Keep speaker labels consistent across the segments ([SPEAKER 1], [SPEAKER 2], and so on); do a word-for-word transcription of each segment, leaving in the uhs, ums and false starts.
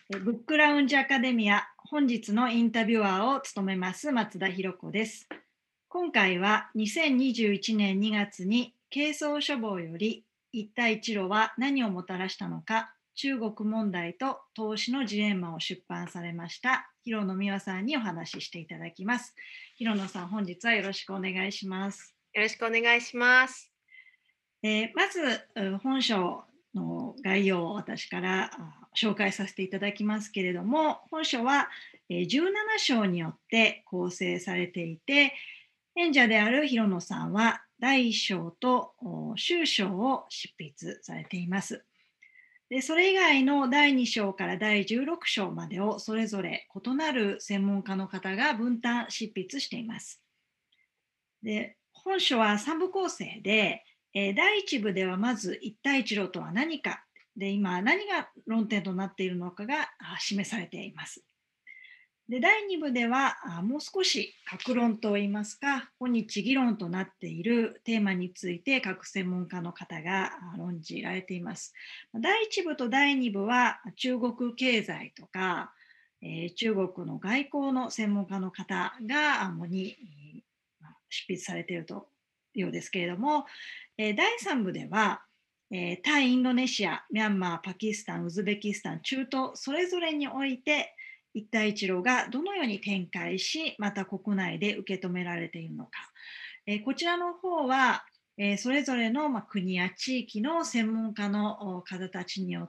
[SPEAKER 1] えブックラウンジアカデミア、本日のインタビュアーを務めます松田博子です。今回はにせんにじゅういちねんにがつに軽装書房より一帯一路は何をもたらしたのか、中国問題と投資のジレンマを出版されました広野美和さんにお話ししていただきます。広野さん、本日はよろしくお願いします。
[SPEAKER 2] よろしくお願いします。
[SPEAKER 1] えーまず本書の概要を私から紹介させていただきますけれども、本書はじゅうなな章によって構成されていて、演者である広野さんはだいいっ章と終章を執筆されています。でそれ以外のだいに章からだいじゅうろく章までをそれぞれ異なる専門家の方が分担執筆しています。で本書はさん部構成で、えー、だいいち部ではまず一帯一路とは何かで、今何が論点となっているのかが示されています。でだいに部ではもう少し各論といいますか、今日議論となっているテーマについて各専門家の方が論じられています。だいいち部とだいに部は中国経済とか、えー、中国の外交の専門家の方が主に執筆されているとようですけれども、えー、だいさん部では、えー、対インドネシア、ミャンマー、パキスタン、ウズベキスタン、中東それぞれにおいて一帯一路がどのように展開し、また国内で受け止められているのか、えー、こちらの方は、えー、それぞれの、まあ、国や地域の専門家の方たちによって、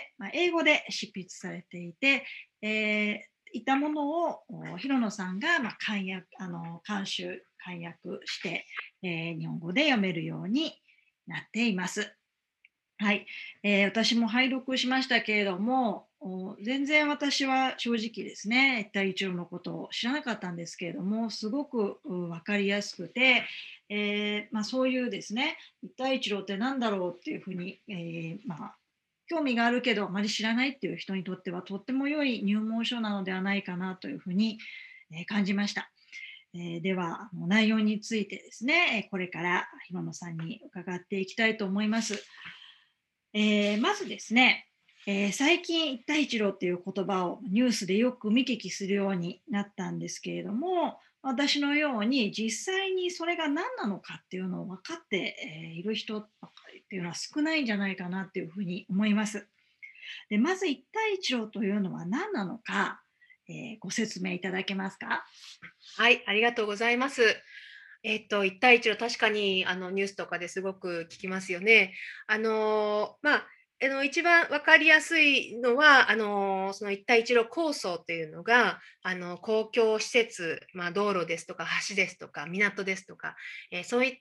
[SPEAKER 1] まあ、英語で執筆されていて、えー、いったものを広野さんが、まあ、漢訳あの監修漢訳して、えー、日本語で読めるようになっています。はい、えー、私も拝読しましたけれども、全然私は正直ですね、一帯一路のことを知らなかったんですけれども、すごく分かりやすくて、えーまあ、そういうですね、一帯一路って何だろうっていうふうに、えーまあ、興味があるけどあまり知らないっていう人にとってはとっても良い入門書なのではないかなというふうに感じました。えー、では内容についてですね、これから広野さんに伺っていきたいと思います。えー、まずですね、えー、最近一帯一路っていう言葉をニュースでよく見聞きするようになったんですけれども、私のように実際にそれが何なのかっていうのを分かっている人っていうのは少ないんじゃないかなっていうふうに思います。でまず一帯一路というのは何なのか、えー、ご説明いただけますか。
[SPEAKER 2] はい、ありがとうございます。えっと、一帯一路、確かにあのニュースとかですごく聞きますよね。あのまあ、あの一番分かりやすいのは、あのその一帯一路構想というのが、あの公共施設、まあ、道路ですとか橋ですとか港ですとか、えー、そういった、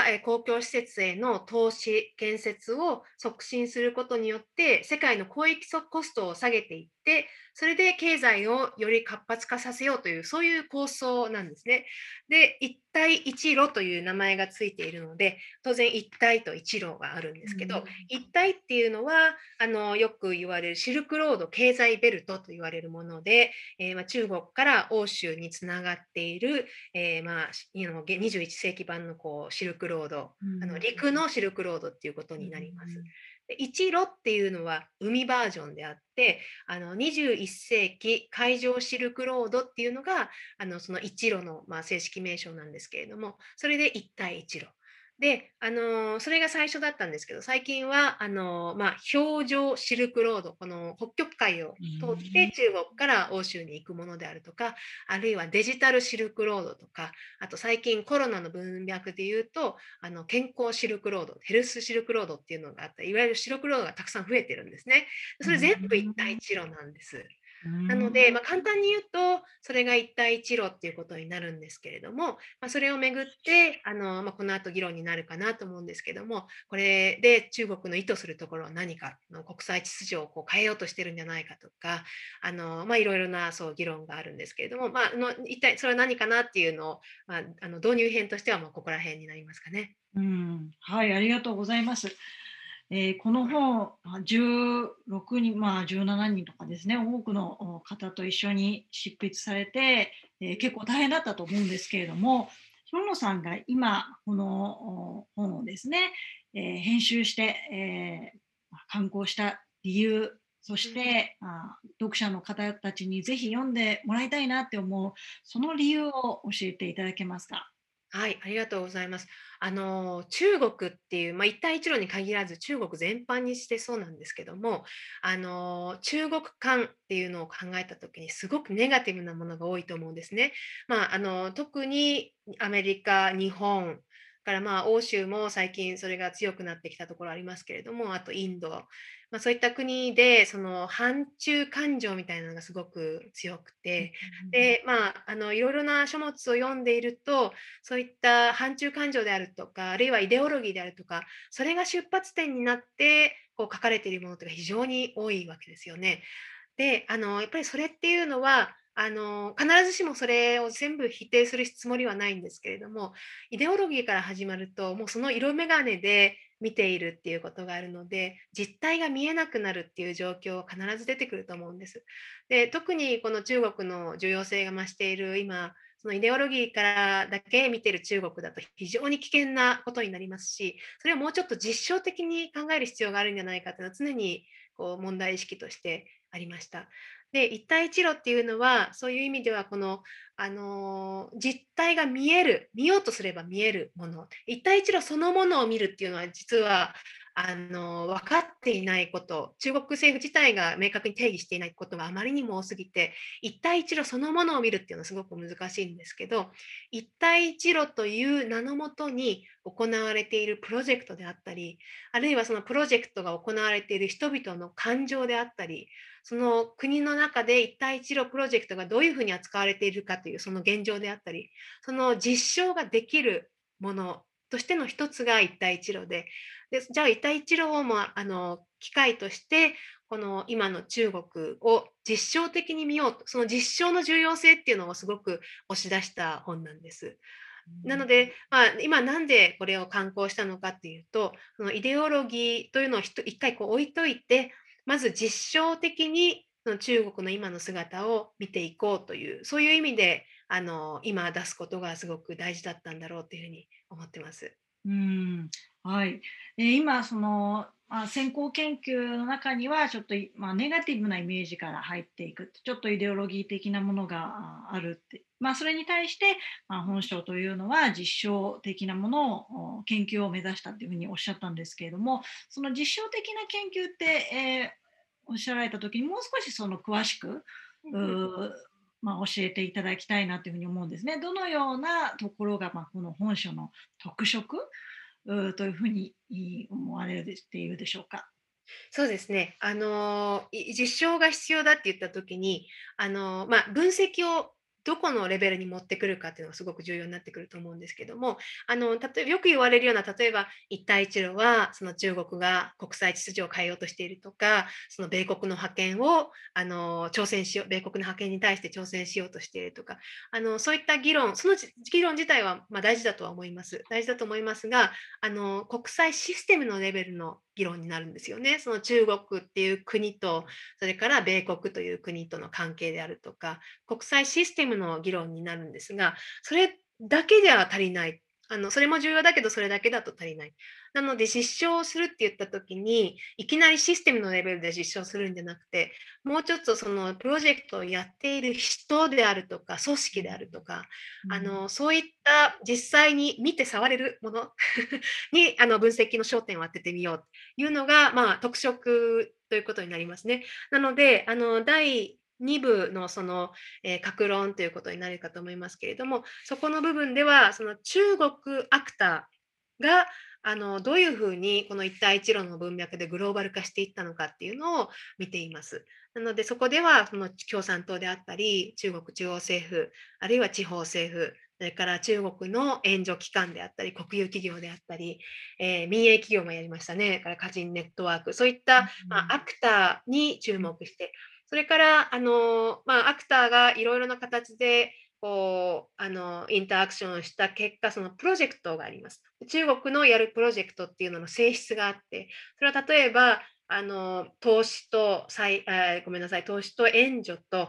[SPEAKER 2] えー、公共施設への投資建設を促進することによって世界の広域コストを下げていって、それで経済をより活発化させようという、そういう構想なんですね。で、一帯一路という名前がついているので、当然一帯と一路があるんですけど、一帯っていうのはあのよく言われるシルクロード経済ベルトと言われるもので、えーまあ、中国から欧州につながっている、えーまあ、にじゅういち世紀版のこうシルクロード、あの陸のシルクロードっていうことになります。で一路っていうのは海バージョンであって、あのにじゅういっ世紀海上シルクロードっていうのがあのその一路の、まあ、正式名称なんですけれども、それで一帯一路で、あのそれが最初だったんですけど、最近はあの、まあ、氷上シルクロード、この北極海を通って中国から欧州に行くものであるとか、あるいはデジタルシルクロードとか、あと最近コロナの文脈でいうと、あの健康シルクロード、ヘルスシルクロードっていうのがあって、いわゆるシルクロードがたくさん増えてるんですね。それ全部一帯一路なんです。なので、まあ、簡単に言うと、それが一帯一路っていうことになるんですけれども、まあ、それをめぐって、あの、まあ、この後議論になるかなと思うんですけども、これで中国の意図するところは何か、の国際秩序をこう変えようとしてるんじゃないかとか、あの、まあ、いろいろなそう議論があるんですけれども、まあ、の一体それは何かなっていうのを、まあ、あの導入編としてはもうここら辺になりますかね。
[SPEAKER 1] うん、はい、ありがとうございます。えーこの本、じゅうろくにん、まあ、じゅうななにんとかですね、多くの方と一緒に執筆されて、えー結構大変だったと思うんですけれども、広野さんが今、この本をですね、えー編集して、えー刊行した理由、 そし
[SPEAKER 2] うん。
[SPEAKER 1] て、あ、読者の方たちにぜひ読んでもらいたいなって思う、その理由を教えていただけますか？
[SPEAKER 2] はい、ありがとうございます。あの、中国っていう、まあ、一帯一路に限らず、中国全般にしてそうなんですけども、あの、中国観っていうのを考えた時にすごくネガティブなものが多いと思うんですね。まあ、あの、特にアメリカ、日本から、まあ、欧州も最近それが強くなってきたところありますけれども、あとインド、まあ、そういった国で、その反中感情みたいなのがすごく強く
[SPEAKER 1] うん
[SPEAKER 2] て、
[SPEAKER 1] うんうん。
[SPEAKER 2] で、まあ、あの、いろいろな書物を読んでいると、そういった反中感情であるとか、あるいはイデオロギーであるとか、それが出発点になって、こう書かれているものっていうのが非常に多いわけですよね。で、あの、やっぱりそれっていうのは、あの、必ずしもそれを全部否定するつもりはないんですけれども、イデオロギーから始まると、もうその色眼鏡で見ているっていうことがあるので、実態が見えなくなるっていう状況は必ず出てくると思うんです。で、特にこの中国の重要性が増している今、そのイデオロギーからだけ見てる中国だと非常に危険なことになりますし、それをもうちょっと実証的に考える必要があるんじゃないかというのは常にこう問題意識としてありました。で、一帯一路っていうのは、そういう意味では、この、あのー実態が見える、見ようとすれば見えるもの、一帯一路そのものを見るっていうのは、実は、あのー分かっていないこと、中国政府自体が明確に定義していないことがあまりにも多すぎて、一帯一路そのものを見るっていうのはすごく難しいんですけど、一帯一路という名のもとに行われているプロジェクトであったり、あるいはそのプロジェクトが行われている人々の感情であったり、その国の中で一帯一路プロジェクトがどういうふうに扱われているかというその現状であったり、その実証ができるものとしての一つが一帯一路で、でじゃあ一帯一路をもあの機会として、この今の中国を実証的に見ようと、その実証の重要性っていうのをすごく押し出した本なんです。なので、まあ、今なんでこれを刊行したのかっていうと、そのイデオロギーというのを一回こう置いといて、まず実証的にその中国の今の姿を見ていこうという、そういう意味であの今出すことがすごく大事だったんだろうというふうに思ってます。
[SPEAKER 1] うん、はい。えー今その、まあ、先行研究の中にはちょっとい、まあ、ネガティブなイメージから入っていく、ちょっとイデオロギー的なものがああるって、まあ、それに対して、まあ、本書というのは実証的なものをお研究を目指したというふうにおっしゃったんですけれども、その実証的な研究って、えーおっしゃられた時にもう少しその詳しくう
[SPEAKER 2] うんうん。
[SPEAKER 1] ーまあ、教えていただきたいなというふうに思うんですね。どのようなところが、まあ、この本書の特色うというふうに思われているでしょうか。
[SPEAKER 2] そうですね。あの、い実証が必要だって言った時に、あの、まあ、分析をどこのレベルに持ってくるかっていうのがすごく重要になってくると思うんですけども、あの、例えばよく言われるような、例えば一帯一路はその中国が国際秩序を変えようとしているとか、その米国の覇権をあの挑戦しよう、米国の覇権に対して挑戦しようとしているとか、あのそういった議論、その議論自体はまあ大事だとは思います。大事だと思いますが、あの国際システムのレベルの議論になるんですよね。その中国っていう国と、それから米国という国との関係であるとか、国際システムの議論になるんですが、それだけでは足りない。あのそれも重要だけど、それだけだと足りない。なので、実証するって言ったときに、いきなりシステムのレベルで実証するんじゃなくて、もうちょっとそのプロジェクトをやっている人であるとか、組織であるとか、
[SPEAKER 1] うん、
[SPEAKER 2] あのそういった実際に見て触れるものにあの分析の焦点を当ててみようというのが、まあ、特色ということになりますね。なので、あのだいに部のその、えー、格論ということになるかと思いますけれども、そこの部分では、その中国アクターがあのどういうふうにこの一帯一路の文脈でグローバル化していったのかっていうのを見ています。なので、そこではその共産党であったり、中国中央政府、あるいは地方政府、それから中国の援助機関であったり、国有企業であったり、えー民営企業もやりましたね。から個人ネットワーク、そういった、まあ、アクターに注目して、それからあの、まあ、アクターがいろいろな形でこうあのインタラクションした結果、そのプロジェクトがあります。中国のやるプロジェクトっていうのの性質があって、それは例えばあの投資と再、えーごめんなさい、投資と援助と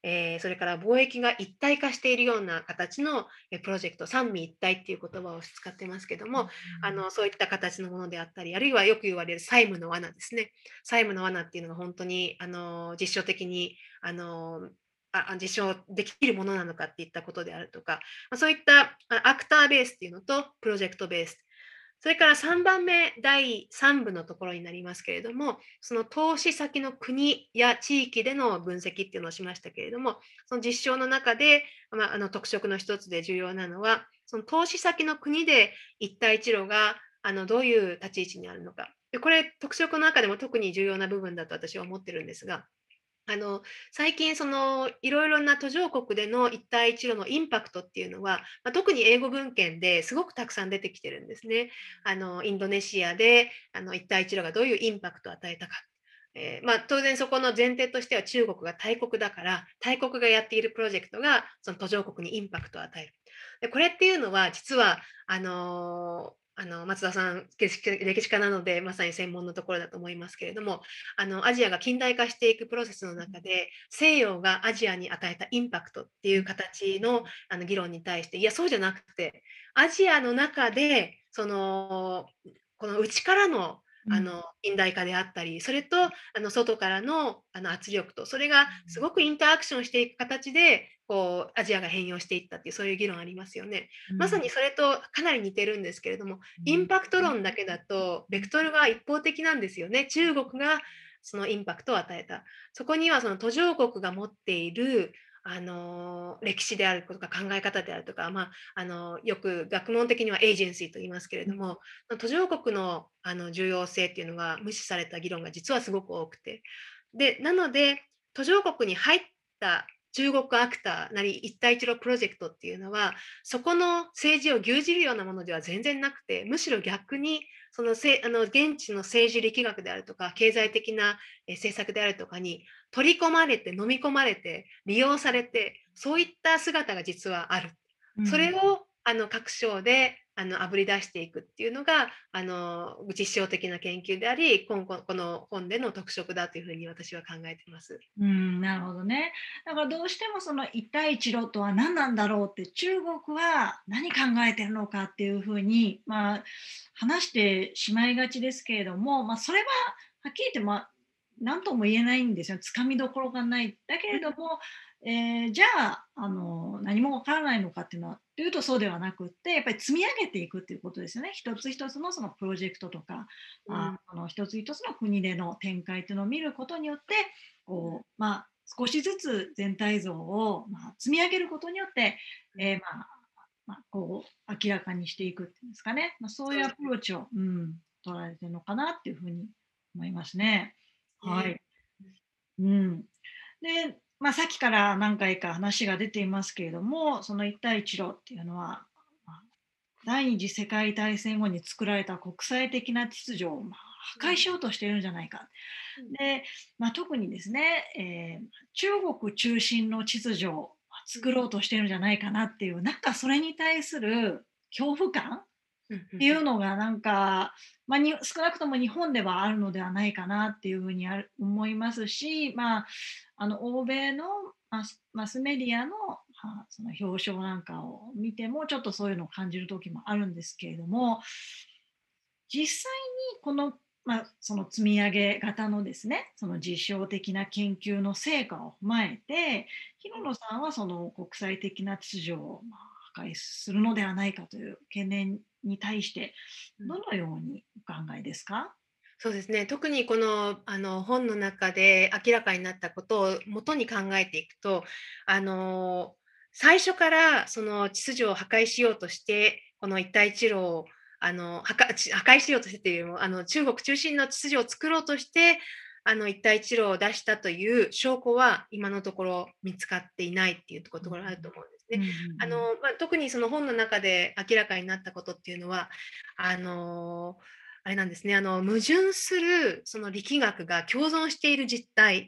[SPEAKER 2] えーそれから貿易が一体化しているような形のえプロジェクト、三位一体っていう言葉を使ってますけども、あのそういった形のものであったり、あるいはよく言われる債務の罠ですね。債務の罠っていうのが本当にあの実証的にあのあ実証できるものなのかっていったことであるとか、まあ、そういったあアクターベースっていうのとプロジェクトベース、それからさんばんめ、だいさん部のところになりますけれども、その投資先の国や地域での分析っていうのをしましたけれども、その実証の中で、まあ、あの特色の一つで重要なのは、その投資先の国で一帯一路があのどういう立ち位置にあるのか。でこれ、特色の中でも特に重要な部分だと私は思ってるんですが、あの最近そのいろいろな途上国での一帯一路のインパクトっていうのは、まあ、特に英語文献ですごくたくさん出てきてるんですね。あのインドネシアであの一帯一路がどういうインパクトを与えたか。えーまあ、当然そこの前提としては中国が大国だから大国がやっているプロジェクトがその途上国にインパクトを与える。でこれっていうのは実はあのーあの松田さん歴史歴史家なのでまさに専門のところだと思いますけれども、あのアジアが近代化していくプロセスの中で西洋がアジアに与えたインパクトっていう形のあの議論に対して、いやそうじゃなくてアジアの中でそのこの内からのあの近代化であったり、それとあの外からのあの圧力と、それがすごくインタアクションしていく形でこうアジアが変容していったっていうそういう議論ありますよね。まさにそれとかなり似てるんですけれども、インパクト論だけだとベクトルが一方的なんですよね。中国がそのインパクトを与えた。そこにはその途上国が持っているあの歴史であるとか考え方であるとか、まあ、あのよく学問的にはエージェンシーと言いますけれども、途上国のあの重要性っていうのが無視された議論が実はすごく多くて、でなので途上国に入った中国アクターなり一帯一路プロジェクトっていうのはそこの政治を牛耳るようなものでは全然なくて、むしろ逆にそのせあの現地の政治力学であるとか経済的な政策であるとかに取り込まれて飲み込まれて利用されて、そういった姿が実はある。それをあの各省であのあぶり出していくっていうのがあの実証的な研究であり、今後この本での特色だというふうに私は考えています。
[SPEAKER 1] うん、なるほどね。だからどうしてもその一帯一路とは何なんだろうって中国は何考えてるのかっていうふうに、まあ、話してしまいがちですけれども、まあ、それははっきり言って、まあ、何とも言えないんですよ。つかみどころがない。だけれども、えーじゃああの何もわからないのかっていうのはというとそうではなくってやっぱり積み上げていくっていうことですよね。一つ一つのそのプロジェクトとかあ
[SPEAKER 2] うん、
[SPEAKER 1] あの一つ一つの国での展開っていうのを見ることによってこう、まあ、少しずつ全体像を、まあ、積み上げることによって、えーまあまあ、こう明らかにしていくっていうんですかね、まあ、そういうアプ
[SPEAKER 2] そうです
[SPEAKER 1] ローチを、うん、取られてるのかなっていうふうに思いますね。は
[SPEAKER 2] ね。
[SPEAKER 1] い。うん、で、まあ、さっきから何回か話が出ていますけれども、その一帯一路っていうのは、まあ、第二次世界大戦後に作られた国際的な秩序を、まあ、破壊しようとしているんじゃないか。
[SPEAKER 2] うん、
[SPEAKER 1] で、まあ、特にですね、えー中国中心の秩序を
[SPEAKER 2] うん、
[SPEAKER 1] 作ろうとしてるんじゃないかなっていう、なんかそれに対する恐怖感っ
[SPEAKER 2] うん、うん、
[SPEAKER 1] ていうのがなんか、まあ、に少なくとも日本ではあるのではないかなっていうふうにある思いますし、まあ、あの欧米のマスマスメディアのあその表彰なんかを見てもちょっとそういうのを感じる時もあるんですけれども、実際にこの、まあ、その積み上げ型のですね、その実証的な研究の成果を踏まえて、広野さんはその国際的な秩序をまあ破壊するのではないかという懸念に対して、
[SPEAKER 2] うん。
[SPEAKER 1] どのようにお考えですか？
[SPEAKER 2] そうですね。特にこの、あの本の中で明らかになったことを元に考えていくと、あの最初からその秩序を破壊しようとして、この一帯一路をあの破壊ち破壊しようとしてっていうよりも、あの中国中心の秩序を作ろうとして、あの一帯一路を出したという証拠は今のところ見つかっていないっていうところがあると思うんですね。
[SPEAKER 1] うんうんう
[SPEAKER 2] あの
[SPEAKER 1] ん
[SPEAKER 2] まあ、特にその本の中で明らかになったことっていうのは、あのあれなんですね、あの矛盾するその力学が共存している実態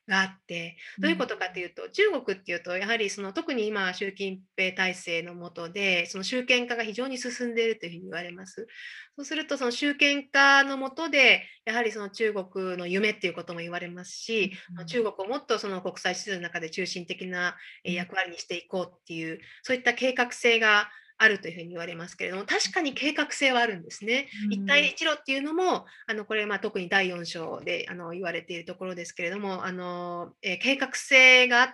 [SPEAKER 2] があって、どういう
[SPEAKER 1] うん
[SPEAKER 2] ことかというと、中国っていうと、やはりその特に今、習近平体制の下で、その集権化が非常に進んでいるというふうに言われます。そうすると、その集権化の下で、やはりその中国の夢っていうことも言われますし、中国をもっとその国際秩序の中で中心的なえ役割にしていこうっていう、そういった計画性があるというふうに言われますけれども、確かに計画性はあるんですね。一帯一路っていうのも、あのこれまあ特にだいよん章であの言われているところですけれども、あの、えー計画性があって、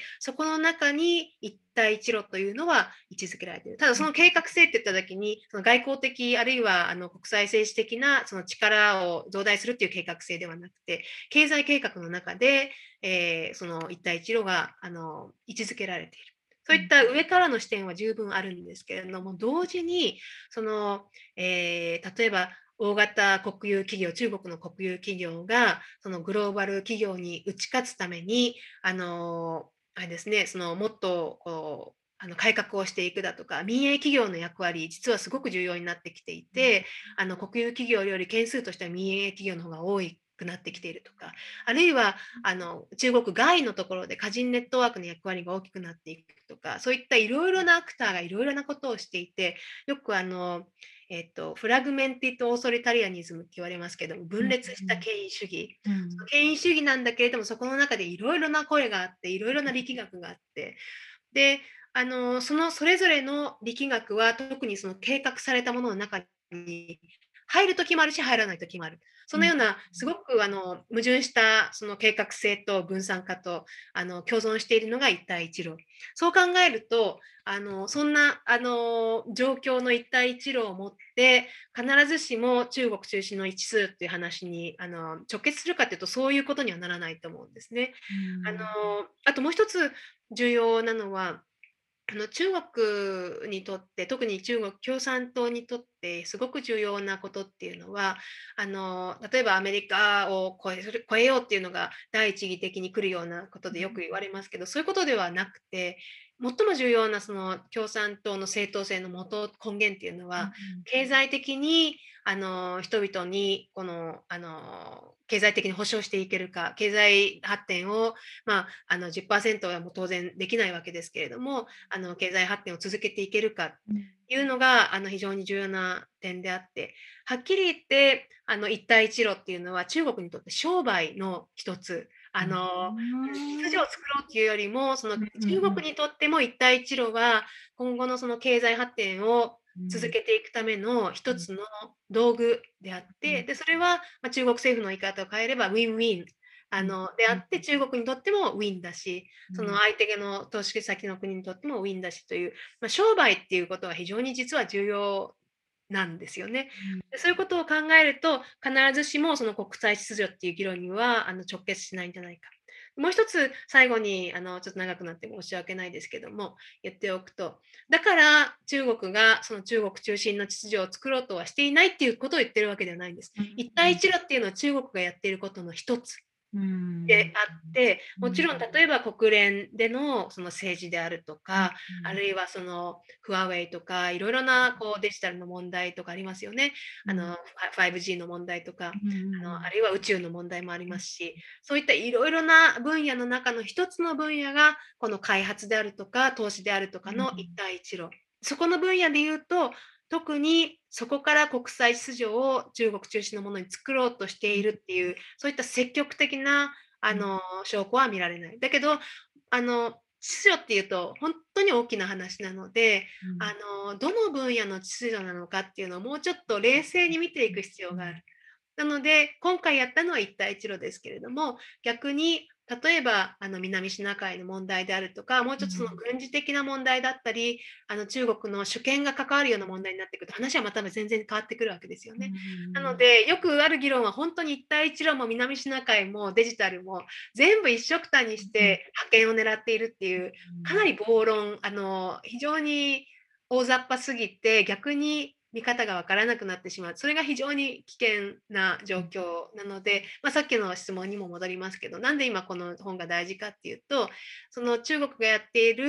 [SPEAKER 2] そこの中に一帯一路というのは位置づけられている。ただその計画性って言った時に、その外交的あるいはあの国際政治的なその力を増大するっていう計画性ではなくて、経済計画の中で、えーその一帯一路があの位置づけられている。そういった上からの視点は十分あるんですけれども、同時にその、えー例えば大型国有企業、中国の国有企業がそのグローバル企業に打ち勝つために、あのあれですね、そのもっとこうあの改革をしていくだとか、民営企業の役割、実はすごく重要になってきていて、あの国有企業より件数としては民営企業の方が多くなってきているとか、あるいはあの中国外のところで個人ネットワークの役割が大きくなっていくとか、そういったいろいろなアクターがいろいろなことをしていて、よくあの、えっと、フラグメンティッド・オーソリタリアニズムって言われますけども、分裂した権威主義。その権威主義なんだけれども、そこの中でいろいろな声があって、いろいろな力学があって、で、あのそのそれぞれの力学は特にその計画されたものの中に入ると決まるし入らないと決まる。そのようなすごくあの矛盾したその計画性と分散化とあの共存しているのが一帯一路。そう考えるとあのそんなあの状況の一帯一路をもって必ずしも中国中心の一数っていう話にあの直結するかというとそういうことにはならないと思うんですね。あのあともう一つ重要なのはあの中国にとって特に中国共産党にとってすごく重要なことっていうのはあの例えばアメリカを超え超えようっていうのが第一義的に来るようなことでよく言われますけどそういうことではなくて最も重要なその共産党の正当性の元根源っていうのは経済的にあの人々にこのあの経済的に保障していけるか経済発展を、まあ、あのじゅっパーセントはもう当然できないわけですけれどもあの経済発展を続けていけるかっていうのがあの非常に重要な点であってはっきり言ってあの一帯一路っていうのは中国にとって商売の一つあの秩序を作ろうっていうよりもその中国にとっても一帯一路は今後のその経済発展を続けていくための一つの道具であってでそれは、まあ、中国政府の言い方を変えればウィンウィンあのであって中国にとってもウィンだしその相手の投資先の国にとってもウィンだしという、まあ、商売っていうことは非常に実は重要なんですよね。でそういうことを考えると必ずしもその国際秩序っていう議論にはあの直結しないんじゃないか。もう一つ最後にあのちょっと長くなって申し訳ないですけども言っておくとだから中国がその中国中心の秩序を作ろうとはしていないっていうことを言ってるわけではないんです。一帯一路っていうのは中国がやっていることの一つであって、もちろん例えば国連でのその政治であるとか、あるいはそのファーウェイとか、いろいろなこうデジタルの問題とかありますよね。あの ファイブジー の問題とか、あのあるいは宇宙の問題もありますし、そういったいろいろな分野の中の一つの分野が、この開発であるとか、投資であるとかの一帯一路。そこの分野で言うと、特にそこから国際秩序を中国中心のものに作ろうとしているっていう、そういった積極的なあの証拠は見られない。だけど、あの秩序っていうと本当に大きな話なので、あのどの分野の秩序なのかっていうのをもうちょっと冷静に見ていく必要がある。なので今回やったのは一帯一路ですけれども逆に例えばあの南シナ海の問題であるとかもうちょっとその軍事的な問題だったりあの中国の主権が関わるような問題になってくると話はまた全然変わってくるわけですよね。なのでよくある議論は本当に一帯一路も南シナ海もデジタルも全部一緒くたにして覇権を狙っているっていうかなり暴論あの非常に大雑把すぎて逆に見方がわからなくなってしまうそれが非常に危険な状況なので、まあ、さっきの質問にも戻りますけどなんで今この本が大事かっていうとその中国がやっている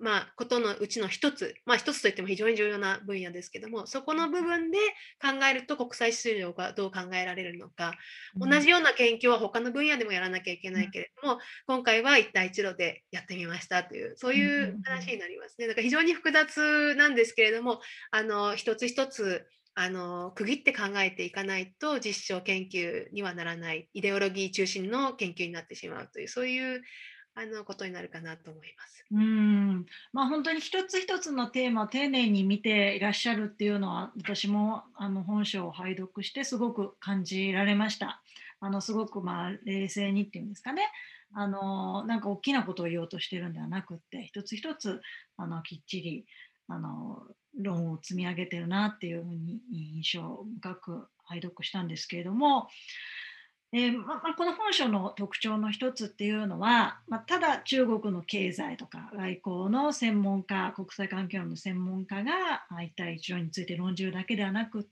[SPEAKER 2] まあ、ことのうちの一つ、まあ、一つといっても非常に重要な分野ですけども、そこの部分で考えると国際秩序がどう考えられるのか、同
[SPEAKER 1] うん、
[SPEAKER 2] じような研究は他の分野でもやらなきゃいけ
[SPEAKER 1] うん、
[SPEAKER 2] ないけれども、今回は一帯一路でやってみましたという、そう
[SPEAKER 1] うん、う
[SPEAKER 2] いう話になりますね。だから非常に複雑なんですけれども、あの一つ一つあの区切って考えていかないと実証研究にはならない、イデオロギー中心の研究になってしまうという、そういうあのことになるかなと思います。
[SPEAKER 1] ん、うん、まあ、本当に一つ一つのテーマを丁寧に見ていらっしゃるっていうのは、私もあの本書を拝読してすごく感じられました。あのすごくまあ冷静にっていうんですかね。あのなんか大きなことを言おうとしてるんではなくって、一つ一つあのきっちりあの論を積み上げてるなっていうふうに印象深く拝読したんですけれども、えーまま、この本書の特徴の一つっていうのは、まあ、ただ中国の経済とか外交の専門家、国際関係論の専門家があ一帯一路について論じるだけではなくって、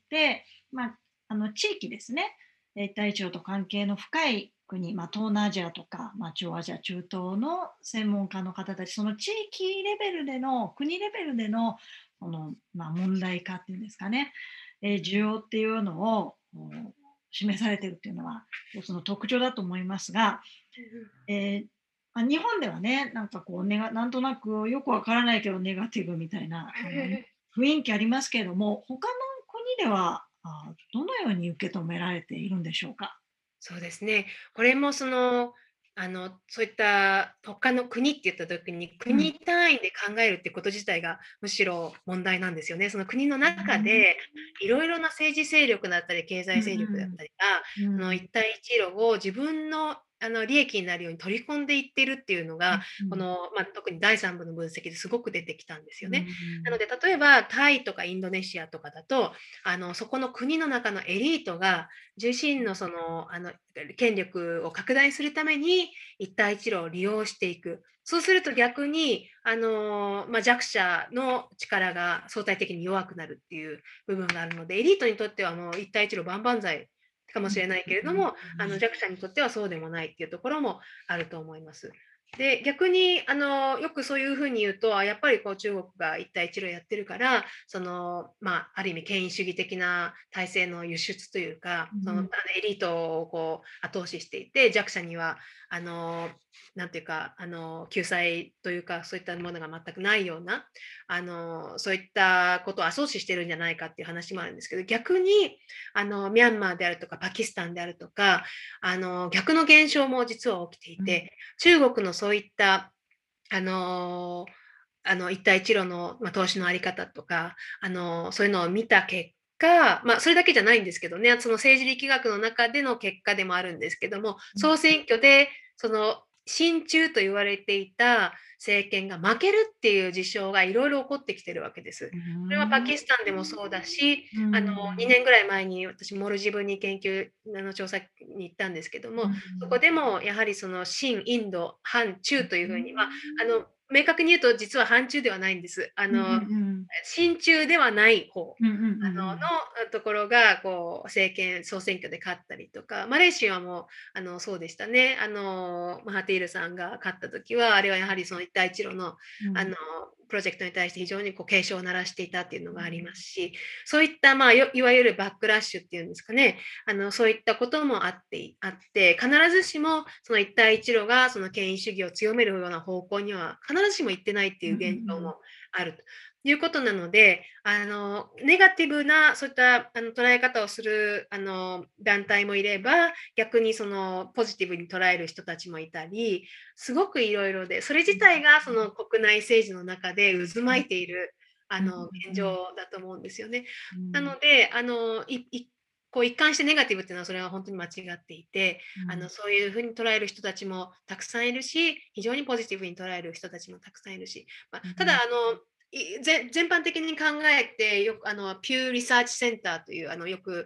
[SPEAKER 1] まあ、あの地域ですね、一帯一路と関係の深い国、まあ、東南アジアとか、まあ、中央アジア、中東の専門家の方たち、その地域レベルでの、国レベルでのその、まあ、問題化っていうんですかね、えー需要っていうのを示されているっていうのは、その特徴だと思いますが、えー、日本ではね、なんかこうネガ、なんとなくよくわからないけどネガティブみたいなあの雰囲気ありますけれども、他の国ではあどのように受け止められているんでしょうか。
[SPEAKER 2] そうですね。これもその、あの、そういった他の国って言った時に、
[SPEAKER 1] うん、
[SPEAKER 2] 国単位で考えるってこと自体がむしろ問題なんですよね。その国の中
[SPEAKER 1] うん
[SPEAKER 2] でいろいろな政治勢力だったり経済勢力だったりが、その
[SPEAKER 1] うん
[SPEAKER 2] 一帯一路を自分のあの利益になるように取り込んでいってるっていうのが、こ
[SPEAKER 1] うん
[SPEAKER 2] の、まあ、特にだいさん部の分析ですごく出てきたんです
[SPEAKER 1] う
[SPEAKER 2] よね。なの
[SPEAKER 1] ん
[SPEAKER 2] で、例えばタイとかインドネシアとかだと、あのそこの国の中のエリートが自身のそのあの権力を拡大するために一帯一路を利用していく。そうすると逆にあの、まあ、弱者の力が相対的に弱くなるっていう部分があるので、エリートにとってはもう一帯一路万々歳かもしれないけれども、あの弱者にとってはそうでもないっていうところもあると思います。で逆にあのよくそういうふうに言うと、やっぱりこう中国が一帯一路やってるからその、まあ、ある意味権威主義的な体制の輸出というか、そのエリートをこう後押ししていて弱者にはあのなんていうかあの救済というかそういったものが全くないようなあのそういったことを後押ししてるんじゃないかっていう話もあるんですけど、逆にあのミャンマーであるとかパキスタンであるとかあの逆の現象も実は起きていて、中国のそういったあのあの一帯一路の、まあ、投資のあり方とかあのそういうのを見た結果、まあ、それだけじゃないんですけどね、その政治力学の中での結果でもあるんですけども、総選挙でその親中と言われていた政権が負けるっていう事象がいろいろ起こってきてるわけです。これはパキスタンでもそうだし、あのにねんぐらい前に私モルジブに研究あの調査に行ったんですけども、そこでもやはりその親インド反中というふうにはあの明確に言うと実は反中ではないんです。あの親中ではない方あののところがこう政権総選挙で勝ったりとか、マレーシアもあのそうでしたね。あのマハティールさんが勝った時はあれはやはりその一帯一路のあのプロジェクトに対して非常にこう警鐘を鳴らしていたっていうのがありますし、そういった、まあ、いわゆるバックラッシュっていうんですかね、あのそういったこともあってあって必ずしもその一帯一路がその権威主義を強めるような方向には必ずしも行ってないっていう現状もあるということなので、あのネガティブなそういったあの捉え方をするあの団体もいれば、逆にそのポジティブに捉える人たちもいたり、すごくいろいろで、それ自体がその国内政治の中で渦巻いているあの現状だと思うんですよね。なのであのいいこう一貫してネガティブっていうのはそれは本当に間違っていて、あのそういうふうに捉える人たちもたくさんいるし、非常にポジティブに捉える人たちもたくさんいるし、まあ、ただあの全般的に考えてよくあのピューリサーチセンターというあのよく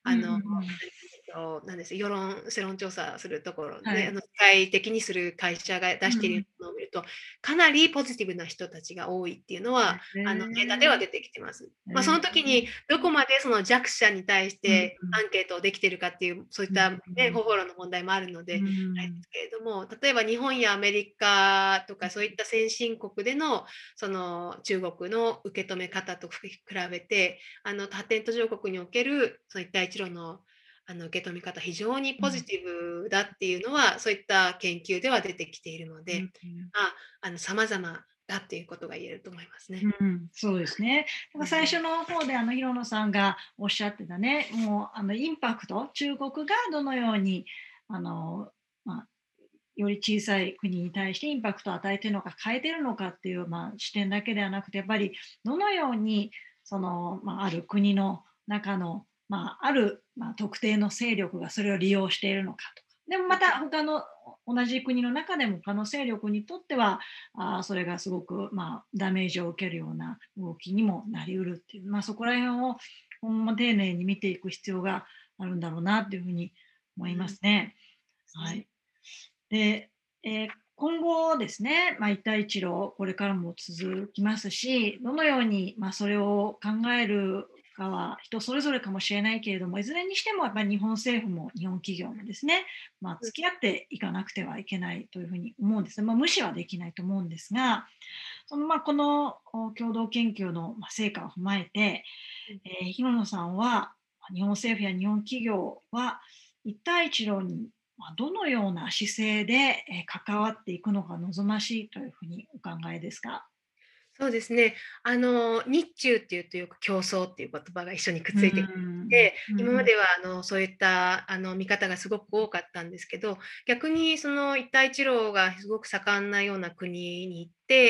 [SPEAKER 1] うんう
[SPEAKER 2] あの、
[SPEAKER 1] ん。
[SPEAKER 2] と、なんです、世論世論調査するところね、あ
[SPEAKER 1] はい。
[SPEAKER 2] の、世界的にする会社が出してい
[SPEAKER 1] うんうん。
[SPEAKER 2] るのを見ると、かなりポジティブな人たちが多いっていうのは、
[SPEAKER 1] へ
[SPEAKER 2] あの、データでは
[SPEAKER 1] え。
[SPEAKER 2] 出てきてます。ま、そ
[SPEAKER 1] へえ。
[SPEAKER 2] の時にどこまでその弱者に対し
[SPEAKER 1] うん
[SPEAKER 2] て
[SPEAKER 1] うん。
[SPEAKER 2] アンケートをできてるかっていう、そういっ
[SPEAKER 1] うん
[SPEAKER 2] たね、
[SPEAKER 1] うん。
[SPEAKER 2] 方法論の問題もあるので、
[SPEAKER 1] うー
[SPEAKER 2] あれで
[SPEAKER 1] ん。
[SPEAKER 2] すけれども、例えば日本やアメリカと
[SPEAKER 1] うん。
[SPEAKER 2] かそういった先進国での、その、中国の受け止め方とふ比べて、あの、発展途上国におけるそういった一路の、あの、受け止め方、非常に
[SPEAKER 1] うん。
[SPEAKER 2] ポジティブだっていうのは、そういった研究では出てきているので、
[SPEAKER 1] うんうん。
[SPEAKER 2] あ、あの、様々だっていうことが言えると思いますね。
[SPEAKER 1] うん、そうですね。だから最
[SPEAKER 2] うんうん。
[SPEAKER 1] 初の方であの広野さんがおっしゃってたね、もうあのインパクト、中国がどのようにあの、まあ、より小さい国に対してインパクトを与えているのか、変えているのかっていう、まあ、視点だけではなくて、やっぱりどのようにその、まあ、ある国の中の、まあ、ある、まあ、特定の勢力がそれを利用しているのかとか。でもまた他の同じ国の中でも他の勢力にとってはあそれがすごく、まあ、ダメージを受けるような動きにもなりうるっていう、まあ、そこら辺をほんま丁寧に見ていく必要があるんだろうなっていうふうに思いま
[SPEAKER 2] うん。
[SPEAKER 1] すね。
[SPEAKER 2] すね。
[SPEAKER 1] はい。で、えー今後ですね、まあ、一帯一路、これからも続きますし、どのように、まあ、それを考えるかは人それぞれかもしれないけれども、いずれにしてもやっぱり日本政府も日本企業もですね、まあ、
[SPEAKER 2] うん。
[SPEAKER 1] 付き合っていかなくてはいけないというふうに思うんですね。まあ、無視はできないと思うんですが、そのまあこのお共同研究のまあ成果を踏まえて、
[SPEAKER 2] うん。
[SPEAKER 1] えー、広野さんは、日本政府や日本企業は一帯一路にまあどのような姿勢でえー関わっていくのが望ましいというふうにお考えですか？
[SPEAKER 2] そうですね。あの、日中っていうとよく競争っていう言葉が一緒にくっ
[SPEAKER 1] うー
[SPEAKER 2] ついてき
[SPEAKER 1] ん、
[SPEAKER 2] て、
[SPEAKER 1] うんうん、
[SPEAKER 2] 今まではあの、そういったあの、見方がすごく多かったんですけど、逆にその一帯一路がすごく盛んなような国に行って、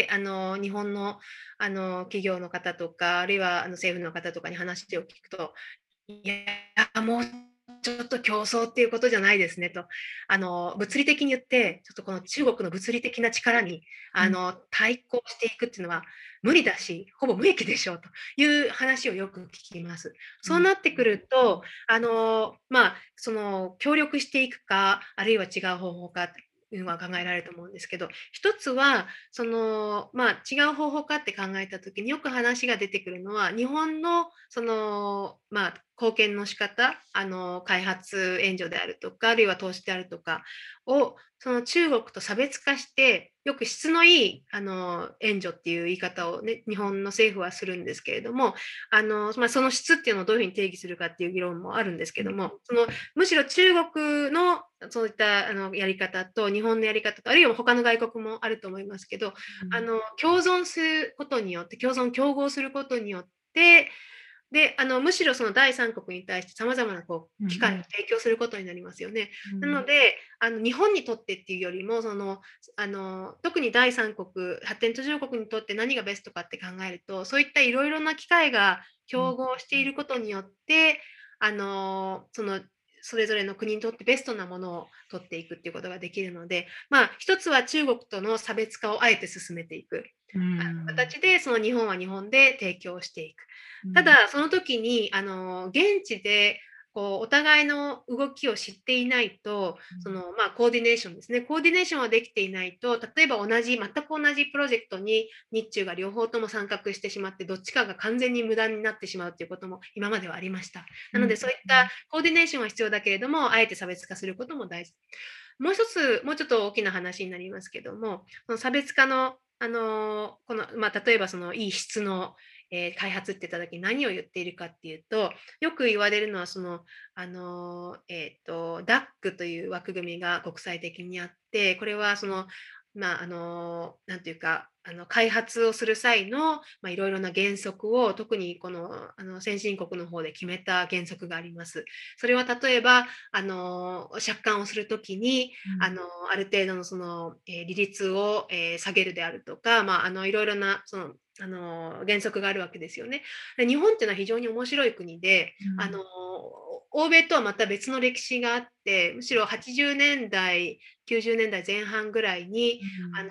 [SPEAKER 2] あの、日本のあの、企業の方とか、あるいはあの、政府の方とかに話を聞くと、いや、もうちょっと競争っていうことじゃないですねと。あの、物理的に言って、ちょっとこの中国の物理的な力に、
[SPEAKER 1] うん、
[SPEAKER 2] あの、対抗していくっていうのは無理だし、ほぼ無益でしょうという話をよく聞きます。
[SPEAKER 1] うん、
[SPEAKER 2] そうなってくると、あの、まあ、その、協力していくか、あるいは違う方法かっていうのは考えられると思うんですけど、一つは、その、まあ、違う方法かって考えた時によく話が出てくるのは、日本のその、まあ、貢献の仕方、あの、開発援助であるとか、あるいは投資であるとかを、その中国と差別化して、よく質のいい、あの、援助っていう言い方をね、日本の政府はするんですけれども、あの、まあ、その質っていうのをどういうふうに定義するかっていう議論もあるんですけども、その、むしろ中国のそういったあのやり方と日本のやり方と、あるいは他の外国もあると思いますけど、
[SPEAKER 1] うん、
[SPEAKER 2] あの、共存することによって、共存共合することによって、で、あの、むしろその第三国に対して様々なこう、機会を
[SPEAKER 1] うん、
[SPEAKER 2] 提供することになりますよね。
[SPEAKER 1] うん、
[SPEAKER 2] なので、あの、日本にとってっていうよりも、その、あの、特に第三国、発展途上国にとって何がベストかって考えると、そういったいろいろな機会が
[SPEAKER 1] うん、
[SPEAKER 2] 競合していることによって、あの、その、それぞれの国にとってベストなものを取っていくっていうことができるので、まあ、一つは中国との差別化をあえて進めていく。
[SPEAKER 1] う
[SPEAKER 2] あの
[SPEAKER 1] ん、
[SPEAKER 2] 形で、その日本は日本で提供していく。
[SPEAKER 1] うん、
[SPEAKER 2] ただ、その時に、あの、現地で、こう、お互いの動きを知っていないと、その、まあ、コーディネーションですね。コーディネーションはできていないと、例えば同じ、全く同じプロジェクトに日中が両方とも参画してしまって、どっちかが完全に無駄になってしまうということも今まではありました。なので、
[SPEAKER 1] うん、
[SPEAKER 2] そういったコーディネーションは必要だけれども、あえて差別化することも大事。もう一つ、もうちょっと大きな話になりますけども、その差別化の、あの、この、まあ、例えばそのいい質の、えー開発って言った時に何を言っているかっていうと、よく言われるのは、その、あの、えっと、ダック という枠組みが国際的にあって、これはその、まあ、あの、なんていうか、あの開発をする際の、まあ、いろいろな原則を特にこのあの先進国の方で決めた原則があります。それは例えばあの借款をするときに
[SPEAKER 1] うん、
[SPEAKER 2] あのある程度のその、えー利率を、えー下げるであるとか、まあ、あのいろいろなそのあの原則があるわけですよね。で日本っていうのは非常に面白い国で、あの欧米とはまた別の歴史があって、むしろはちじゅうねんだい、きゅうじゅうねんだいぜん半ぐらいに、
[SPEAKER 1] うん、
[SPEAKER 2] あ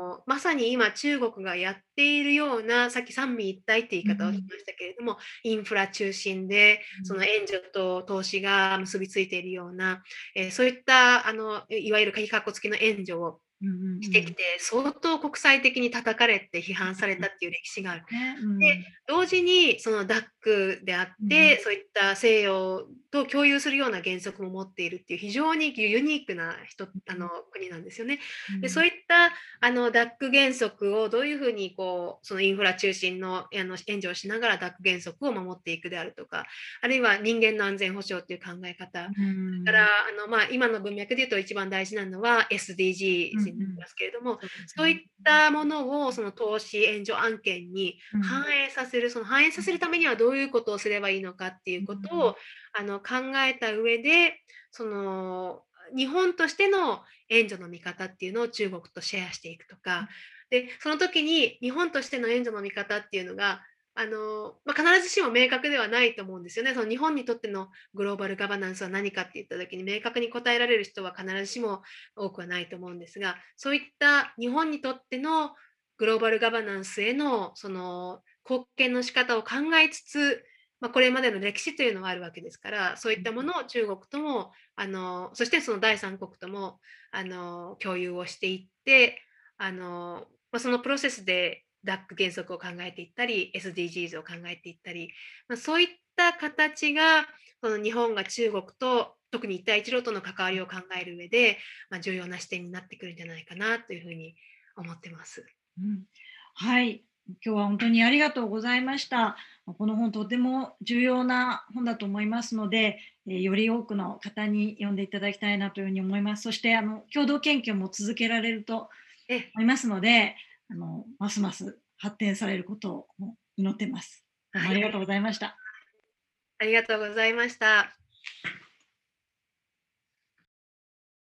[SPEAKER 2] のまさに今中国がやっているような、さっき三位一体って言い方をしましたけれども、インフラ中心でその援助と投資が結びついているような、えーそういったあのいわゆる鍵括弧付きの援助を
[SPEAKER 1] うんうんうん
[SPEAKER 2] してきて、相当国際的に叩かれて批判されたっていう歴史がある。
[SPEAKER 1] ね、うん
[SPEAKER 2] で、同時にそのダックであっ
[SPEAKER 1] うん
[SPEAKER 2] て、そういった西洋と共有するような原則も持っているっていう非常にユニークな人あの国なんですよね。で、そういったあのダック原則をどういうふうにこうそのインフラ中心のあの援助をしながらダック原則を守っていくであるとか、あるいは人間の安全保障っていう考え方、
[SPEAKER 1] うん
[SPEAKER 2] だからあの、まあ、今の文脈でいうと一番大事なのは エスディージーズ になりますけれども、
[SPEAKER 1] そうですね
[SPEAKER 2] そういったものをその投資援助案件に
[SPEAKER 1] うん
[SPEAKER 2] 反映させる、その反映させるためにはどういうことをすればいいのかっていうことをあの考えた上で、その日本としての援助の見方っていうのを中国とシェアしていくとか、でその時に日本としての援助の見方っていうのがあの、まあ、必ずしも明確ではないと思うんですよね。その日本にとってのグローバルガバナンスは何かって言った時に明確に答えられる人は必ずしも多くはないと思うんですが、そういった日本にとってのグローバルガバナンスへのその貢献の仕方を考えつつ、まあ、これまでの歴史というのはあるわけですから、そういったものを中国ともあのそしてその第三国ともあの共有をしていって、あの、まあ、そのプロセスでダック原則を考えていったり エスディージーズ を考えていったり、まあ、そういった形がその日本が中国と特に一帯一路との関わりを考える上で、まあ、重要な視点になってくるんじゃないかなというふうに思ってます。
[SPEAKER 1] うん、はい、今日は本当にありがとうございました。この本とても重要な本だと思いますので、えーより多くの方に読んでいただきたいなというふうに思います。そしてあの共同研究も続けられると
[SPEAKER 2] え
[SPEAKER 1] 思いますので、あのますます発展されることを祈ってます。どうも
[SPEAKER 2] はい、
[SPEAKER 1] ありがとうございました。
[SPEAKER 2] ありがとうございました。